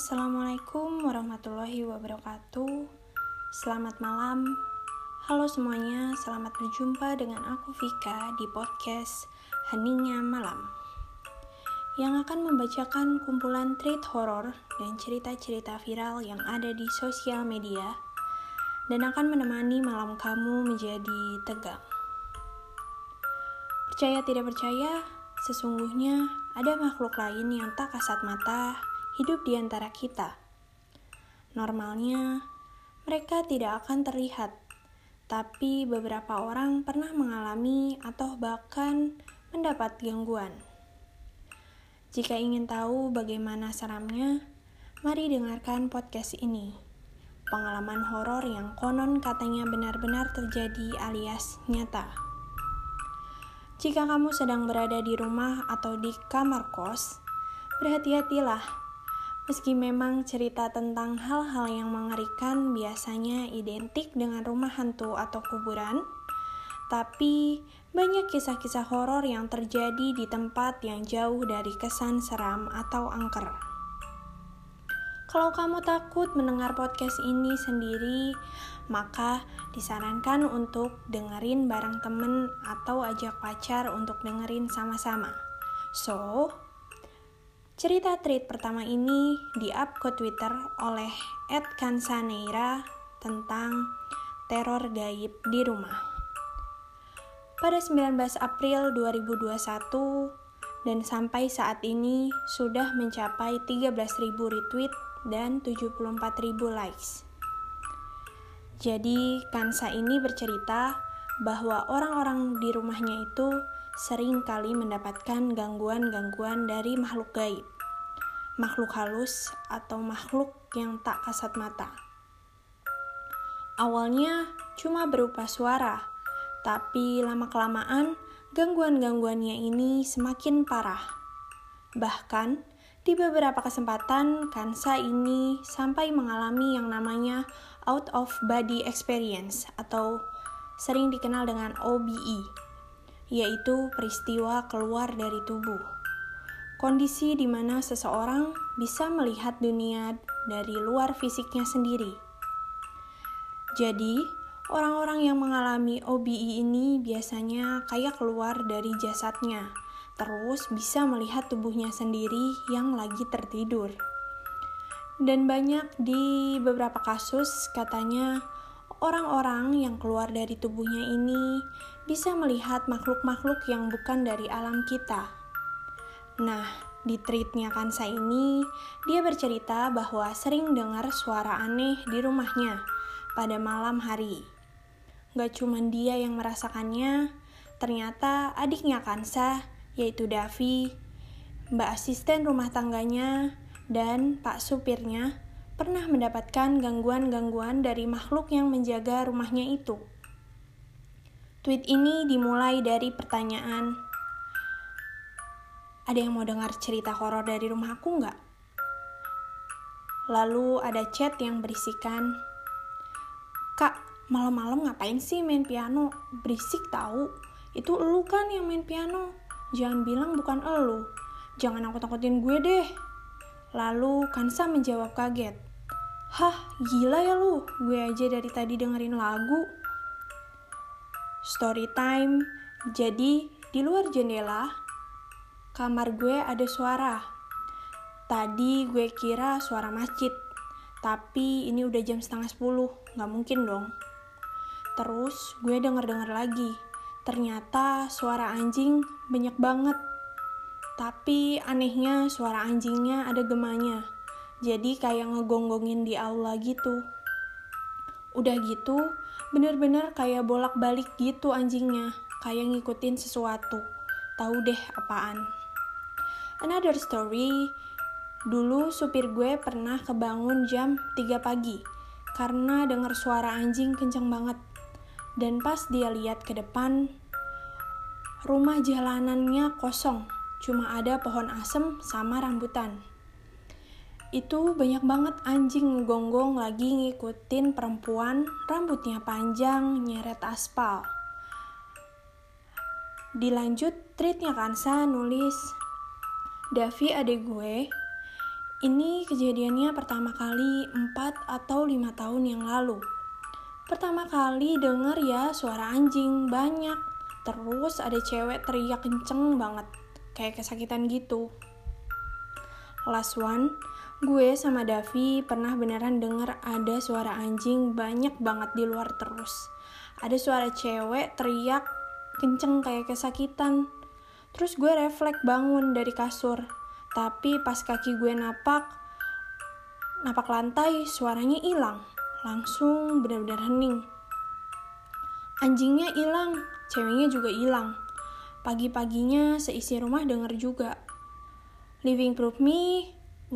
Assalamualaikum warahmatullahi wabarakatuh. Selamat malam. Halo semuanya, selamat berjumpa dengan aku Vika di podcast Heningnya Malam, yang akan membacakan kumpulan tweet horor dan cerita-cerita viral yang ada di sosial media dan akan menemani malam kamu menjadi tegang. Percaya tidak percaya, sesungguhnya ada makhluk lain yang tak kasat mata hidup di antara kita. Normalnya, mereka tidak akan terlihat, tapi beberapa orang pernah mengalami atau bahkan mendapat gangguan. Jika ingin tahu bagaimana seramnya, mari dengarkan podcast ini. Pengalaman horor yang konon katanya benar-benar terjadi alias nyata. Jika kamu sedang berada di rumah atau di kamar kos, berhati-hatilah. Meski memang cerita tentang hal-hal yang mengerikan biasanya identik dengan rumah hantu atau kuburan, tapi banyak kisah-kisah horor yang terjadi di tempat yang jauh dari kesan seram atau angker. Kalau kamu takut mendengar podcast ini sendiri, maka disarankan untuk dengerin bareng temen atau ajak pacar untuk dengerin sama-sama. So, cerita tweet pertama ini di-up ke Twitter oleh @kansaneira tentang teror gaib di rumah. Pada 19 April 2021 dan sampai saat ini sudah mencapai 13.000 retweet dan 74.000 likes. Jadi Kansa ini bercerita bahwa orang-orang di rumahnya itu sering kali mendapatkan gangguan-gangguan dari makhluk gaib, makhluk halus atau makhluk yang tak kasat mata. Awalnya cuma berupa suara, tapi lama-kelamaan gangguan-gangguannya ini semakin parah. Bahkan di beberapa kesempatan Kansa ini sampai mengalami yang namanya out of body experience atau sering dikenal dengan OBE, yaitu peristiwa keluar dari tubuh. Kondisi di mana seseorang bisa melihat dunia dari luar fisiknya sendiri. Jadi, orang-orang yang mengalami OBE ini biasanya kayak keluar dari jasadnya, terus bisa melihat tubuhnya sendiri yang lagi tertidur. Dan banyak di beberapa kasus katanya orang-orang yang keluar dari tubuhnya ini bisa melihat makhluk-makhluk yang bukan dari alam kita. Nah, di tweetnya Kansa ini, dia bercerita bahwa sering dengar suara aneh di rumahnya pada malam hari. Gak cuma dia yang merasakannya, ternyata adiknya Kansa, yaitu Davi, mbak asisten rumah tangganya, dan pak supirnya, pernah mendapatkan gangguan-gangguan dari makhluk yang menjaga rumahnya itu. Tweet ini dimulai dari pertanyaan, ada yang mau dengar cerita horor dari rumah aku nggak? Lalu ada chat yang berisikan, Kak, malam-malam ngapain sih main piano? Berisik tahu. Itu elu kan yang main piano? Jangan bilang bukan elu. Jangan nakut-nakutin gue deh. Lalu Kansa menjawab kaget, hah, gila ya lu, gue aja dari tadi dengerin lagu. Story time, jadi di luar jendela, kamar gue ada suara. Tadi gue kira suara masjid, tapi ini udah jam 9:30, gak mungkin dong. Terus gue denger-denger lagi, ternyata suara anjing banyak banget. Tapi anehnya suara anjingnya ada gemanya. Jadi kayak ngegonggongin di aula gitu. Udah gitu, bener-bener kayak bolak-balik gitu anjingnya. Kayak ngikutin sesuatu. Tahu deh apaan. Another story, dulu supir gue pernah kebangun jam 3 pagi. Karena denger suara anjing kenceng banget. Dan pas dia lihat ke depan, rumah jalanannya kosong. Cuma ada pohon asem sama rambutan. Itu banyak banget anjing ngegonggong lagi ngikutin perempuan rambutnya panjang nyeret aspal. Dilanjut tweetnya Kansa nulis, Davi adik gue Ini kejadiannya pertama kali 4 atau 5 tahun yang lalu. Pertama kali denger ya suara anjing banyak. Terus ada cewek teriak kenceng banget, kayak kesakitan gitu. Last one, gue sama Davi pernah beneran denger ada suara anjing banyak banget di luar terus. Ada suara cewek teriak kenceng kayak kesakitan. Terus gue refleks bangun dari kasur. Tapi pas kaki gue napak lantai, suaranya hilang. Langsung benar-benar hening. Anjingnya hilang, ceweknya juga hilang. Pagi-paginya seisi rumah denger juga. Living proof me,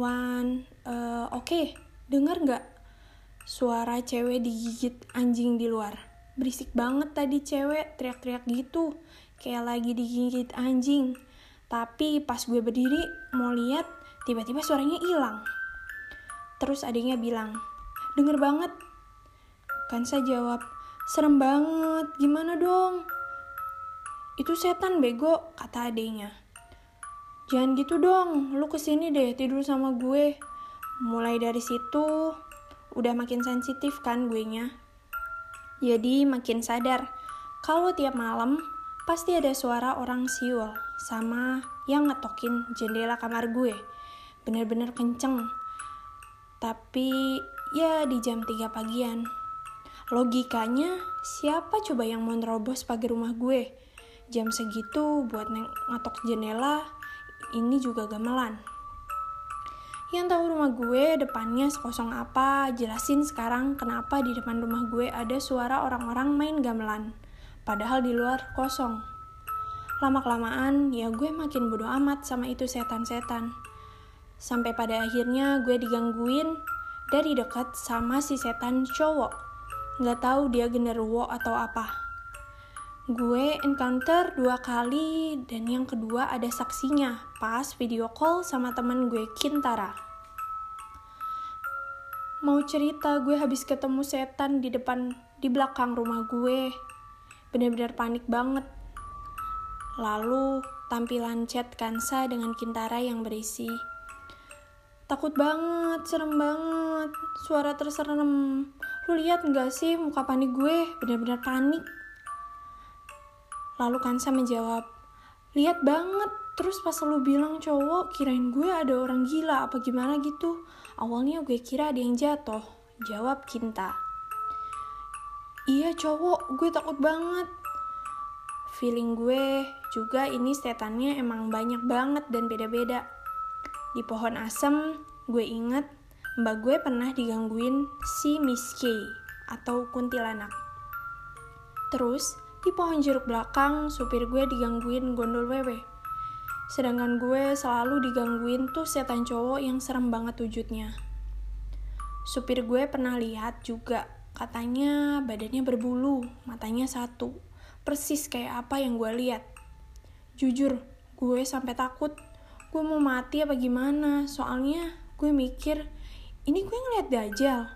oke, denger gak? Suara cewek digigit anjing di luar. Berisik banget tadi cewek, teriak-teriak gitu. Kayak lagi digigit anjing. Tapi pas gue berdiri mau lihat, tiba-tiba suaranya hilang. Terus adiknya bilang, denger banget. Kansa jawab, serem banget, gimana dong? Itu setan bego, kata adiknya. Jangan gitu dong, lu kesini deh tidur sama gue. Mulai dari situ, udah makin sensitif kan gue nya. Jadi makin sadar, kalau tiap malam pasti ada suara orang siul sama yang ngetokin jendela kamar gue. Bener-bener kenceng. Tapi ya di jam 3 pagian. Logikanya siapa coba yang mau nerobos pagar rumah gue? Jam segitu buat ngetok jendela ini juga gamelan. Yang tahu rumah gue depannya sekosong apa, jelasin sekarang kenapa di depan rumah gue ada suara orang-orang main gamelan. Padahal di luar kosong. Lama-kelamaan ya gue makin bodo amat sama itu setan-setan. Sampai pada akhirnya gue digangguin dari dekat sama si setan cowok. Gak tahu dia genderuwo atau apa. Gue encounter 2 kali dan yang kedua ada saksinya pas video call sama temen gue Kintara. Mau cerita gue habis ketemu setan di belakang rumah gue. Benar-benar panik banget. Lalu tampilan chat Kansa dengan Kintara yang berisi, takut banget, serem banget, suara terserem. Lu lihat gak sih muka panik gue? Benar-benar panik. Lalu Kansa menjawab, lihat banget. Terus pas lu bilang cowok, kirain gue ada orang gila apa gimana gitu. Awalnya gue kira ada yang jatuh. Jawab Kinta. Iya cowok, gue takut banget. Feeling gue juga ini setannya emang banyak banget dan beda-beda. Di pohon asem, gue inget mbak gue pernah digangguin si Miss K atau kuntilanak. Terus, di pohon jeruk belakang, supir gue digangguin gondol wewe. Sedangkan gue selalu digangguin tuh setan cowok yang serem banget wujudnya. Supir gue pernah lihat juga, katanya badannya berbulu, matanya 1. Persis kayak apa yang gue lihat. Jujur, gue sampai takut. Gue mau mati apa gimana? Soalnya gue mikir, ini gue ngeliat Dajjal.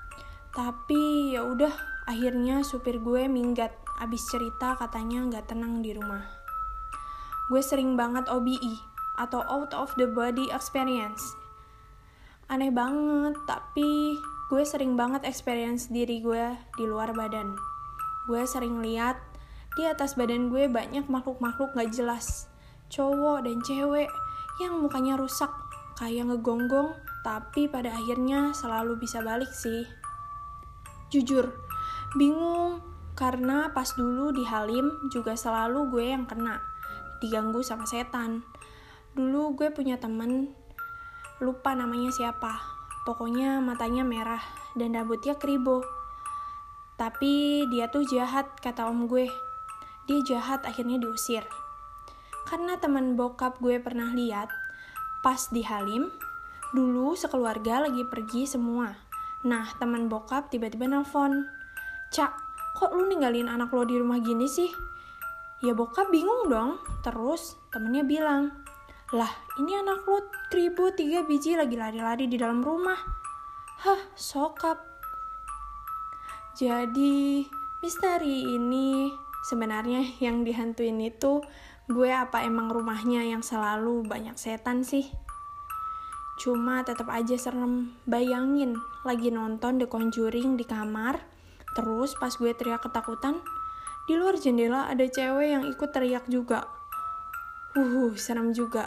Tapi ya udah, akhirnya supir gue minggat. Abis cerita katanya nggak tenang di rumah. Gue sering banget OBE atau out of the body experience. Aneh banget, tapi gue sering banget experience diri gue di luar badan. Gue sering lihat di atas badan gue banyak makhluk-makhluk gak jelas, cowok dan cewek yang mukanya rusak, kayak ngegonggong, tapi pada akhirnya selalu bisa balik sih. Jujur, bingung karena pas dulu di Halim juga selalu gue yang kena, diganggu sama setan. Dulu gue punya temen, lupa namanya siapa, pokoknya matanya merah dan rambutnya keribo. Tapi dia tuh jahat, kata om gue. Dia jahat, akhirnya diusir. Karena teman bokap gue pernah lihat, pas di Halim, dulu sekeluarga lagi pergi semua. Nah, teman bokap tiba-tiba nelfon, Cak, kok lu ninggalin anak lo di rumah gini sih? Ya bokap bingung dong. Terus temennya bilang, lah ini anak lo keribu 3 biji lagi lari-lari di dalam rumah. Hah, sokap. Jadi misteri ini sebenarnya yang dihantuin itu gue apa emang rumahnya yang selalu banyak setan sih? Cuma tetap aja serem. Bayangin, lagi nonton The Conjuring di kamar, terus pas gue teriak ketakutan, di luar jendela ada cewek yang ikut teriak juga. Serem juga.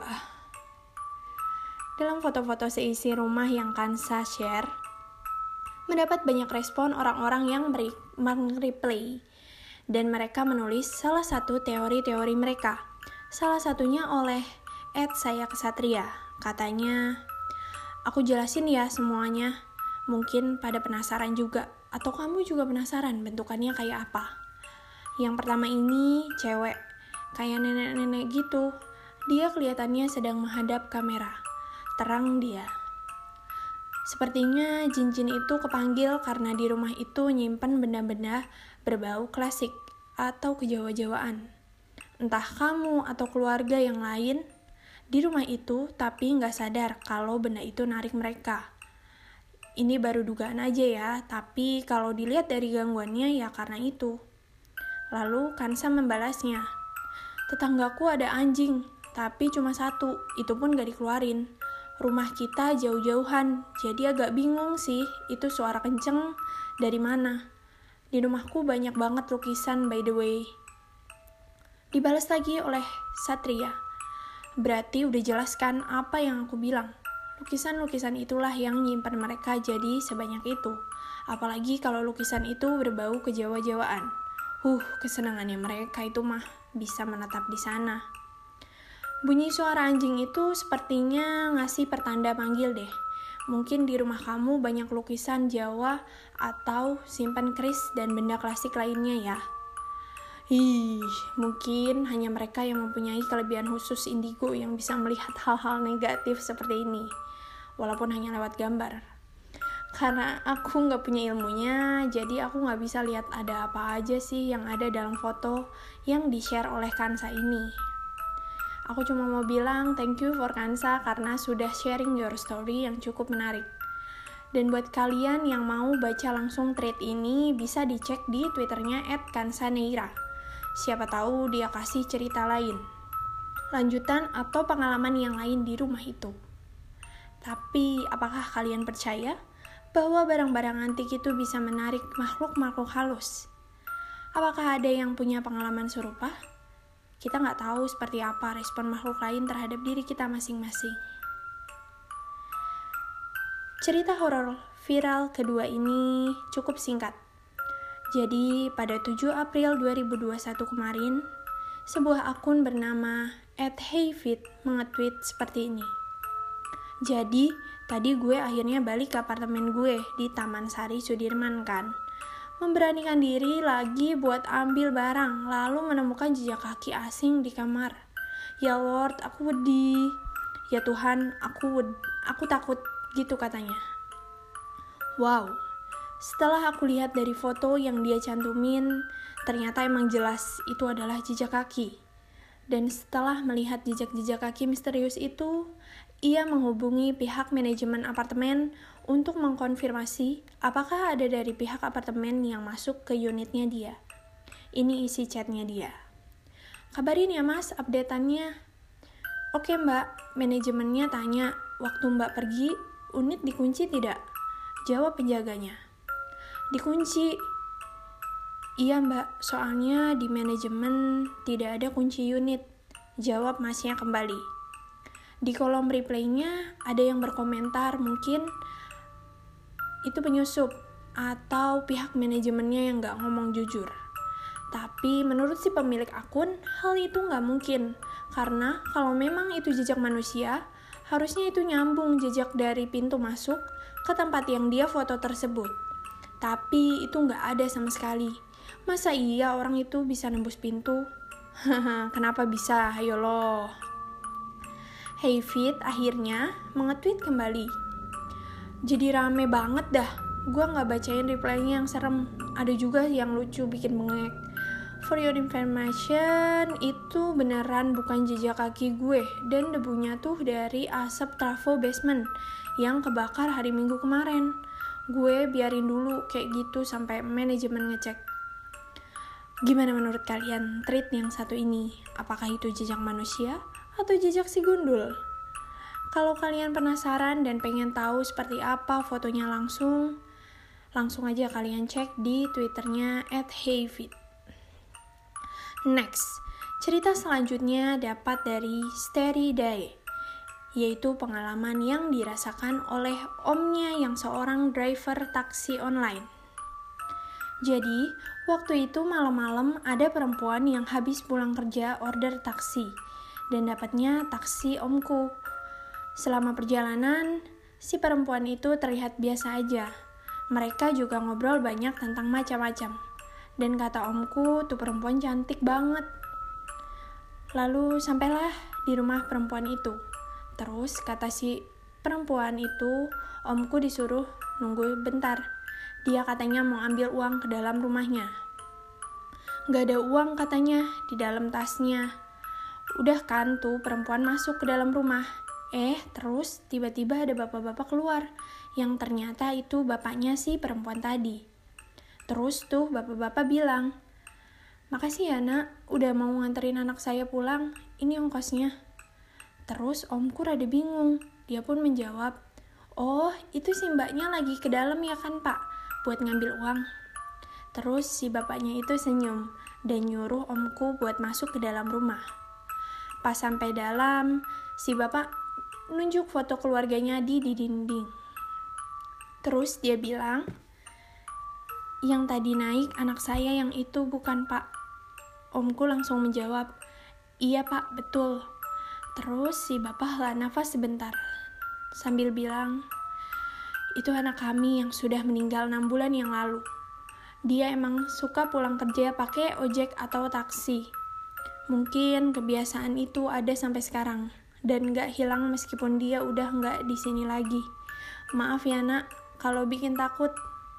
Dalam foto-foto seisi rumah yang Kansa share, mendapat banyak respon orang-orang yang mereplay. Dan mereka menulis salah satu teori-teori mereka. Salah satunya oleh @saya_kesatria. Katanya, aku jelasin ya semuanya. Mungkin pada penasaran juga. Atau kamu juga penasaran bentukannya kayak apa. Yang pertama ini cewek. Kayak nenek-nenek gitu. Dia kelihatannya sedang menghadap kamera. Terang dia. Sepertinya jin-jin itu kepanggil karena di rumah itu nyimpen benda-benda berbau klasik atau kejawa-jawaan. Entah kamu atau keluarga yang lain di rumah itu tapi nggak sadar kalau benda itu narik mereka. Ini baru dugaan aja ya, tapi kalau dilihat dari gangguannya ya karena itu. Lalu Kansa membalasnya, tetanggaku ada anjing, tapi cuma satu, itu pun gak dikeluarin. Rumah kita jauh-jauhan, jadi agak bingung sih itu suara kenceng dari mana. Di rumahku banyak banget lukisan by the way. Dibalas lagi oleh Satria. Berarti udah jelaskan apa yang aku bilang. Lukisan-lukisan itulah yang nyimpan mereka jadi sebanyak itu. Apalagi kalau lukisan itu berbau kejawa-jawaan. Kesenangannya mereka itu mah bisa menetap di sana. Bunyi suara anjing itu sepertinya ngasih pertanda panggil deh. Mungkin di rumah kamu banyak lukisan Jawa atau simpan keris dan benda klasik lainnya ya. Mungkin hanya mereka yang mempunyai kelebihan khusus indigo yang bisa melihat hal-hal negatif seperti ini. Walaupun hanya lewat gambar. Karena aku nggak punya ilmunya, jadi aku nggak bisa lihat ada apa aja sih yang ada dalam foto yang di-share oleh Kansa ini. Aku cuma mau bilang thank you for Kansa karena sudah sharing your story yang cukup menarik. Dan buat kalian yang mau baca langsung thread ini, bisa dicek di Twitternya @kansaneira. Siapa tahu dia kasih cerita lain, lanjutan atau pengalaman yang lain di rumah itu. Tapi, apakah kalian percaya bahwa barang-barang antik itu bisa menarik makhluk-makhluk halus? Apakah ada yang punya pengalaman serupa? Kita nggak tahu seperti apa respon makhluk lain terhadap diri kita masing-masing. Cerita horor viral kedua ini cukup singkat. Jadi, pada 7 April 2021 kemarin, sebuah akun bernama @heyfit mengetweet seperti ini. Jadi, tadi gue akhirnya balik ke apartemen gue di Taman Sari Sudirman kan. Memberanikan diri lagi buat ambil barang, lalu menemukan jejak kaki asing di kamar. Ya Lord, aku wedi. Ya Tuhan, aku takut, gitu katanya. Wow, setelah aku lihat dari foto yang dia cantumin, ternyata emang jelas itu adalah jejak kaki. Dan setelah melihat jejak-jejak kaki misterius itu, ia menghubungi pihak manajemen apartemen untuk mengkonfirmasi apakah ada dari pihak apartemen yang masuk ke unitnya dia. Ini isi chatnya dia. Kabarin ya mas, update-annya. Oke mbak, manajemennya tanya, waktu mbak pergi, unit dikunci tidak? Jawab penjaganya. Dikunci. Iya mbak, soalnya di manajemen tidak ada kunci unit. Jawab masnya kembali. Di kolom reply-nya ada yang berkomentar mungkin itu penyusup atau pihak manajemennya yang gak ngomong jujur. Tapi menurut si pemilik akun, hal itu gak mungkin. Karena kalau memang itu jejak manusia, harusnya itu nyambung jejak dari pintu masuk ke tempat yang dia foto tersebut. Tapi itu gak ada sama sekali. Masa iya orang itu bisa nembus pintu? Kenapa bisa? Ayo loh. Heyfit akhirnya mengetweet kembali. Jadi rame banget dah. Gue gak bacain reply-nya yang serem. Ada juga yang lucu bikin bengek. For your information, itu beneran bukan jejak kaki gue. Dan debunya tuh dari asap trafo basement yang kebakar hari Minggu kemarin. Gue biarin dulu kayak gitu sampai manajemen ngecek. Gimana menurut kalian tweet yang satu ini? Apakah itu jejak manusia atau jejak si gundul? Kalau kalian penasaran dan pengen tahu seperti apa fotonya langsung aja kalian cek di Twitternya @heyfit. Next, cerita selanjutnya dapat dari Starry Day, yaitu pengalaman yang dirasakan oleh omnya yang seorang driver taksi online. Jadi, waktu itu malam-malam ada perempuan yang habis pulang kerja order taksi, dan dapatnya taksi omku. Selama perjalanan, si perempuan itu terlihat biasa aja. Mereka juga ngobrol banyak tentang macam-macam. Dan kata omku, tuh perempuan cantik banget. Lalu sampailah di rumah perempuan itu. Terus kata si perempuan itu, omku disuruh nunggu bentar. Dia katanya mau ambil uang ke dalam rumahnya. Gak ada uang katanya di dalam tasnya. Udah kan tuh perempuan masuk ke dalam rumah. Terus tiba-tiba ada bapak-bapak keluar. Yang ternyata itu bapaknya si perempuan tadi. Terus tuh bapak-bapak bilang, "Makasih ya nak, udah mau nganterin anak saya pulang. Ini ongkosnya." Terus omku rada bingung. Dia pun menjawab, "Oh, itu si mbaknya lagi ke dalam ya kan pak? Buat ngambil uang." Terus si bapaknya itu senyum dan nyuruh omku buat masuk ke dalam rumah. Pas sampai dalam, si bapak nunjuk foto keluarganya di dinding. Terus dia bilang, "Yang tadi naik anak saya yang itu bukan pak?" Omku langsung menjawab, "Iya pak, betul." Terus si bapak hela nafas sebentar sambil bilang, "Itu anak kami yang sudah meninggal 6 bulan yang lalu. Dia emang suka pulang kerja pakai ojek atau taksi. Mungkin kebiasaan itu ada sampai sekarang dan gak hilang meskipun dia udah gak di sini lagi. Maaf ya nak, kalau bikin takut."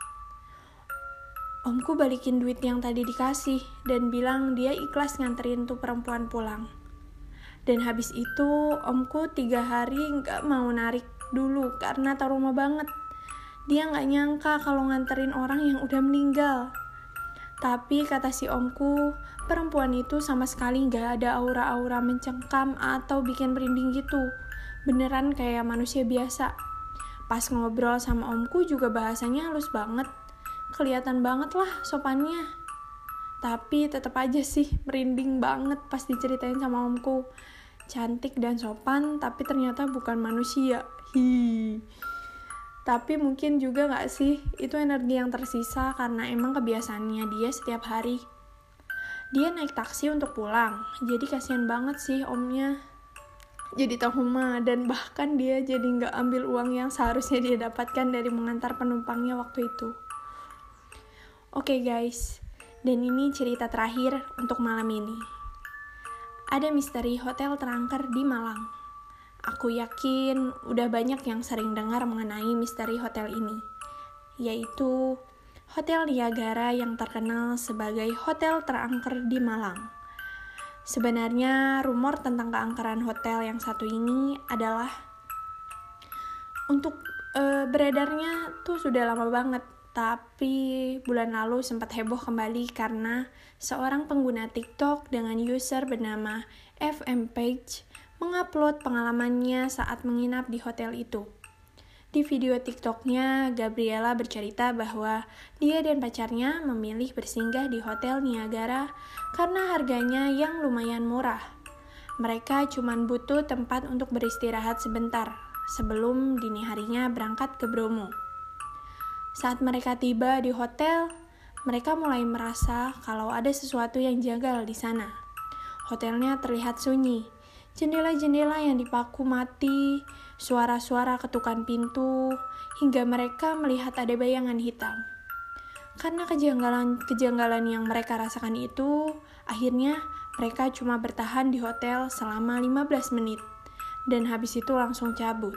Omku balikin duit yang tadi dikasih dan bilang dia ikhlas nganterin tuh perempuan pulang. Dan habis itu omku 3 hari gak mau narik dulu karena trauma banget. Dia gak nyangka kalau nganterin orang yang udah meninggal. Tapi kata si omku, perempuan itu sama sekali gak ada aura-aura mencengkam atau bikin merinding gitu. Beneran kayak manusia biasa. Pas ngobrol sama omku juga bahasanya halus banget. Kelihatan banget lah sopannya. Tapi tetap aja sih merinding banget pas diceritain sama omku. Cantik dan sopan, tapi ternyata bukan manusia. Tapi mungkin juga gak sih, itu energi yang tersisa karena emang kebiasaannya dia setiap hari. Dia naik taksi untuk pulang, jadi kasihan banget sih omnya. Jadi trauma, dan bahkan dia jadi gak ambil uang yang seharusnya dia dapatkan dari mengantar penumpangnya waktu itu. Oke guys, dan ini cerita terakhir untuk malam ini. Ada misteri hotel terangker di Malang. Aku yakin udah banyak yang sering dengar mengenai misteri hotel ini, yaitu Hotel Niagara yang terkenal sebagai hotel terangker di Malang. Sebenarnya rumor tentang keangkeran hotel yang satu ini adalah untuk beredarnya tuh sudah lama banget. Tapi bulan lalu sempat heboh kembali karena seorang pengguna TikTok dengan user bernama FMPage mengupload pengalamannya saat menginap di hotel itu. Di video TikToknya, Gabriela bercerita bahwa dia dan pacarnya memilih bersinggah di Hotel Niagara karena harganya yang lumayan murah. Mereka cuma butuh tempat untuk beristirahat sebentar sebelum dini harinya berangkat ke Bromo. Saat mereka tiba di hotel, mereka mulai merasa kalau ada sesuatu yang janggal di sana. Hotelnya terlihat sunyi, jendela-jendela yang dipaku mati, suara-suara ketukan pintu, hingga mereka melihat ada bayangan hitam. Karena kejanggalan yang mereka rasakan itu, akhirnya mereka cuma bertahan di hotel selama 15 menit, dan habis itu langsung cabut.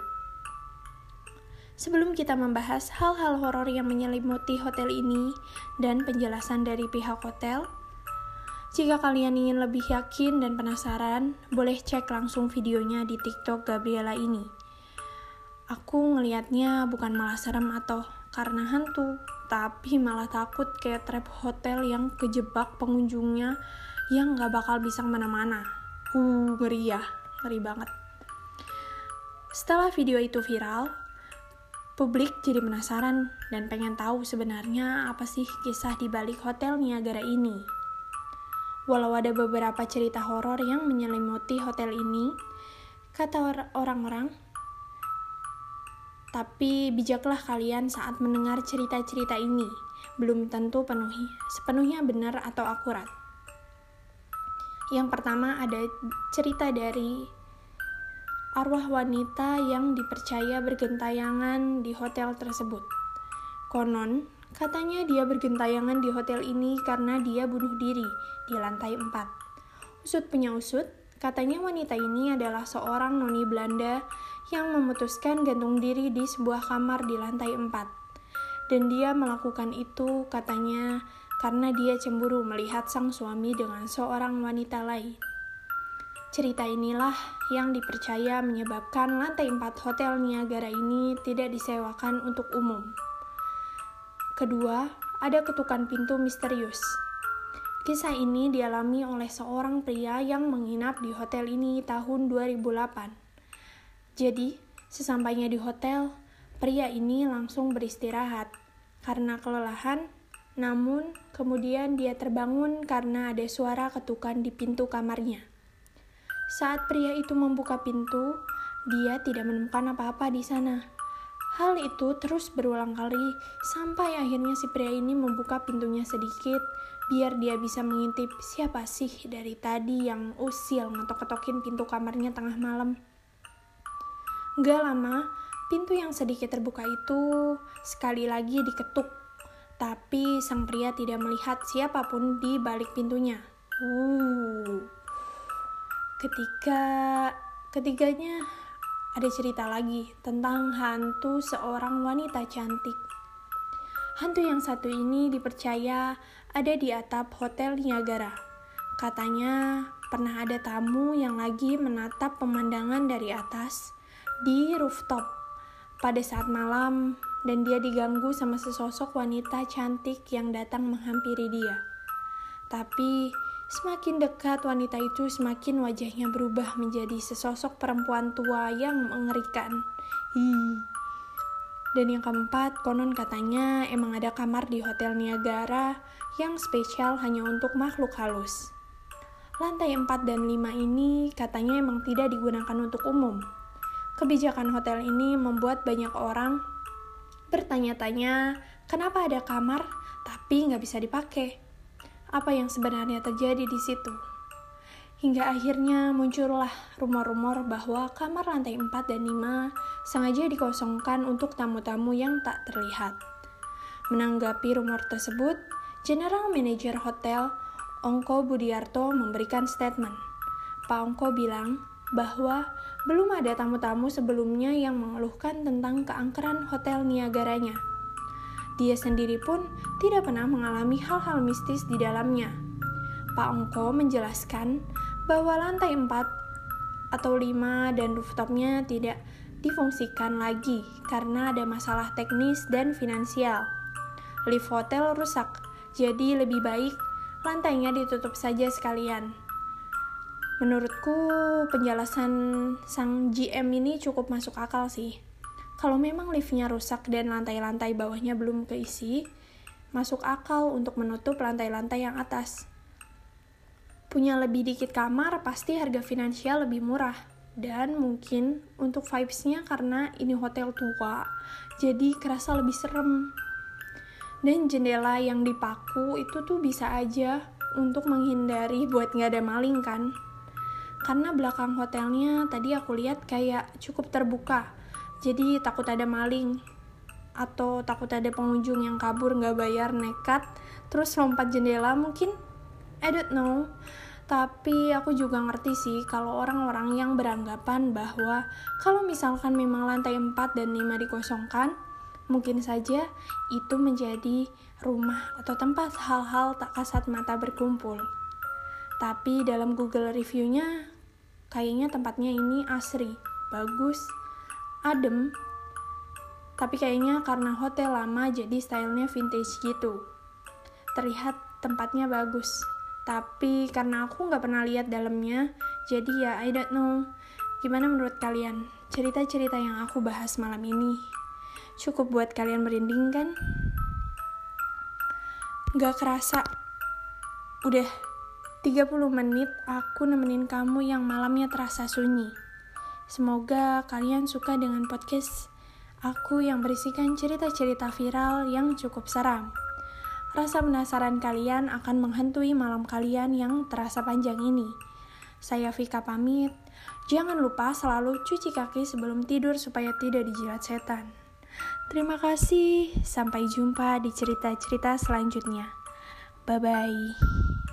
Sebelum kita membahas hal-hal horor yang menyelimuti hotel ini dan penjelasan dari pihak hotel, jika kalian ingin lebih yakin dan penasaran, boleh cek langsung videonya di TikTok Gabriela ini. Aku ngelihatnya bukan malah serem atau karena hantu, tapi malah takut kayak trap hotel yang kejebak pengunjungnya yang gak bakal bisa kemana-mana. Ngeri ya, ngeri banget. Setelah video itu viral, publik jadi penasaran dan pengen tahu sebenarnya apa sih kisah di balik Hotel Niagara ini. Walau ada beberapa cerita horor yang menyelimuti hotel ini, kata orang-orang, tapi bijaklah kalian saat mendengar cerita-cerita ini, belum tentu sepenuhnya benar atau akurat. Yang pertama ada cerita dari arwah wanita yang dipercaya bergentayangan di hotel tersebut. Konon, katanya dia bergentayangan di hotel ini karena dia bunuh diri di lantai 4. Usut punya usut, katanya wanita ini adalah seorang noni Belanda yang memutuskan gantung diri di sebuah kamar di lantai 4. Dan dia melakukan itu katanya karena dia cemburu melihat sang suami dengan seorang wanita lain. Cerita inilah yang dipercaya menyebabkan lantai 4 Hotel Niagara ini tidak disewakan untuk umum. Kedua, ada ketukan pintu misterius. Kisah ini dialami oleh seorang pria yang menginap di hotel ini tahun 2008. Jadi, sesampainya di hotel, pria ini langsung beristirahat karena kelelahan, namun kemudian dia terbangun karena ada suara ketukan di pintu kamarnya. Saat pria itu membuka pintu, dia tidak menemukan apa-apa di sana. Hal itu terus berulang kali sampai akhirnya si pria ini membuka pintunya sedikit biar dia bisa mengintip siapa sih dari tadi yang usil ngetok-ketokin pintu kamarnya tengah malam. Gak lama, pintu yang sedikit terbuka itu sekali lagi diketuk, tapi sang pria tidak melihat siapapun di balik pintunya. Ketiganya ada cerita lagi tentang hantu seorang wanita cantik. Hantu yang satu ini dipercaya ada di atap Hotel Niagara. Katanya pernah ada tamu yang lagi menatap pemandangan dari atas di rooftop pada saat malam dan dia diganggu sama sesosok wanita cantik yang datang menghampiri dia. Tapi semakin dekat wanita itu, semakin wajahnya berubah menjadi sesosok perempuan tua yang mengerikan. Dan yang keempat, konon katanya emang ada kamar di Hotel Niagara yang spesial hanya untuk makhluk halus. Lantai 4 dan 5 ini katanya emang tidak digunakan untuk umum. Kebijakan hotel ini membuat banyak orang bertanya-tanya kenapa ada kamar tapi nggak bisa dipakai. Apa yang sebenarnya terjadi di situ? Hingga akhirnya muncullah rumor-rumor bahwa kamar lantai 4 dan 5 sengaja dikosongkan untuk tamu-tamu yang tak terlihat. Menanggapi rumor tersebut, General Manager Hotel, Ongko Budiarto memberikan statement. Pak Ongko bilang bahwa belum ada tamu-tamu sebelumnya yang mengeluhkan tentang keangkeran Hotel Niagaranya. Dia sendiri pun tidak pernah mengalami hal-hal mistis di dalamnya. Pak Ongko menjelaskan bahwa lantai 4 atau 5 dan rooftopnya tidak difungsikan lagi karena ada masalah teknis dan finansial. Lift hotel rusak, jadi lebih baik lantainya ditutup saja sekalian. Menurutku penjelasan sang GM ini cukup masuk akal sih. Kalau memang liftnya rusak dan lantai-lantai bawahnya belum keisi, masuk akal untuk menutup lantai-lantai yang atas. Punya lebih dikit kamar, pasti harga finansial lebih murah. Dan mungkin untuk vibes-nya karena ini hotel tua, jadi kerasa lebih serem. Dan jendela yang dipaku itu tuh bisa aja untuk menghindari buat nggak ada maling kan. Karena belakang hotelnya tadi aku lihat kayak cukup terbuka. Jadi takut ada maling atau takut ada pengunjung yang kabur nggak bayar nekat terus lompat jendela mungkin, I don't know. Tapi aku juga ngerti sih kalau orang-orang yang beranggapan bahwa kalau misalkan memang lantai 4 dan 5 dikosongkan, mungkin saja itu menjadi rumah atau tempat hal-hal tak kasat mata berkumpul. Tapi dalam Google review-nya kayaknya tempatnya ini asri, bagus, adem, tapi kayaknya karena hotel lama jadi stylenya vintage gitu. Terlihat tempatnya bagus, tapi karena aku nggak pernah lihat dalamnya, jadi ya I don't know. Gimana menurut kalian? cerita-cerita yang aku bahas malam ini cukup buat kalian merinding kan? Gak kerasa, udah 30 menit aku nemenin kamu yang malamnya terasa sunyi. Semoga kalian suka dengan podcast aku yang berisikan cerita-cerita viral yang cukup seram. Rasa penasaran kalian akan menghantui malam kalian yang terasa panjang ini. Saya Vika pamit. Jangan lupa selalu cuci kaki sebelum tidur supaya tidak dijilat setan. Terima kasih. Sampai jumpa di cerita-cerita selanjutnya. Bye-bye.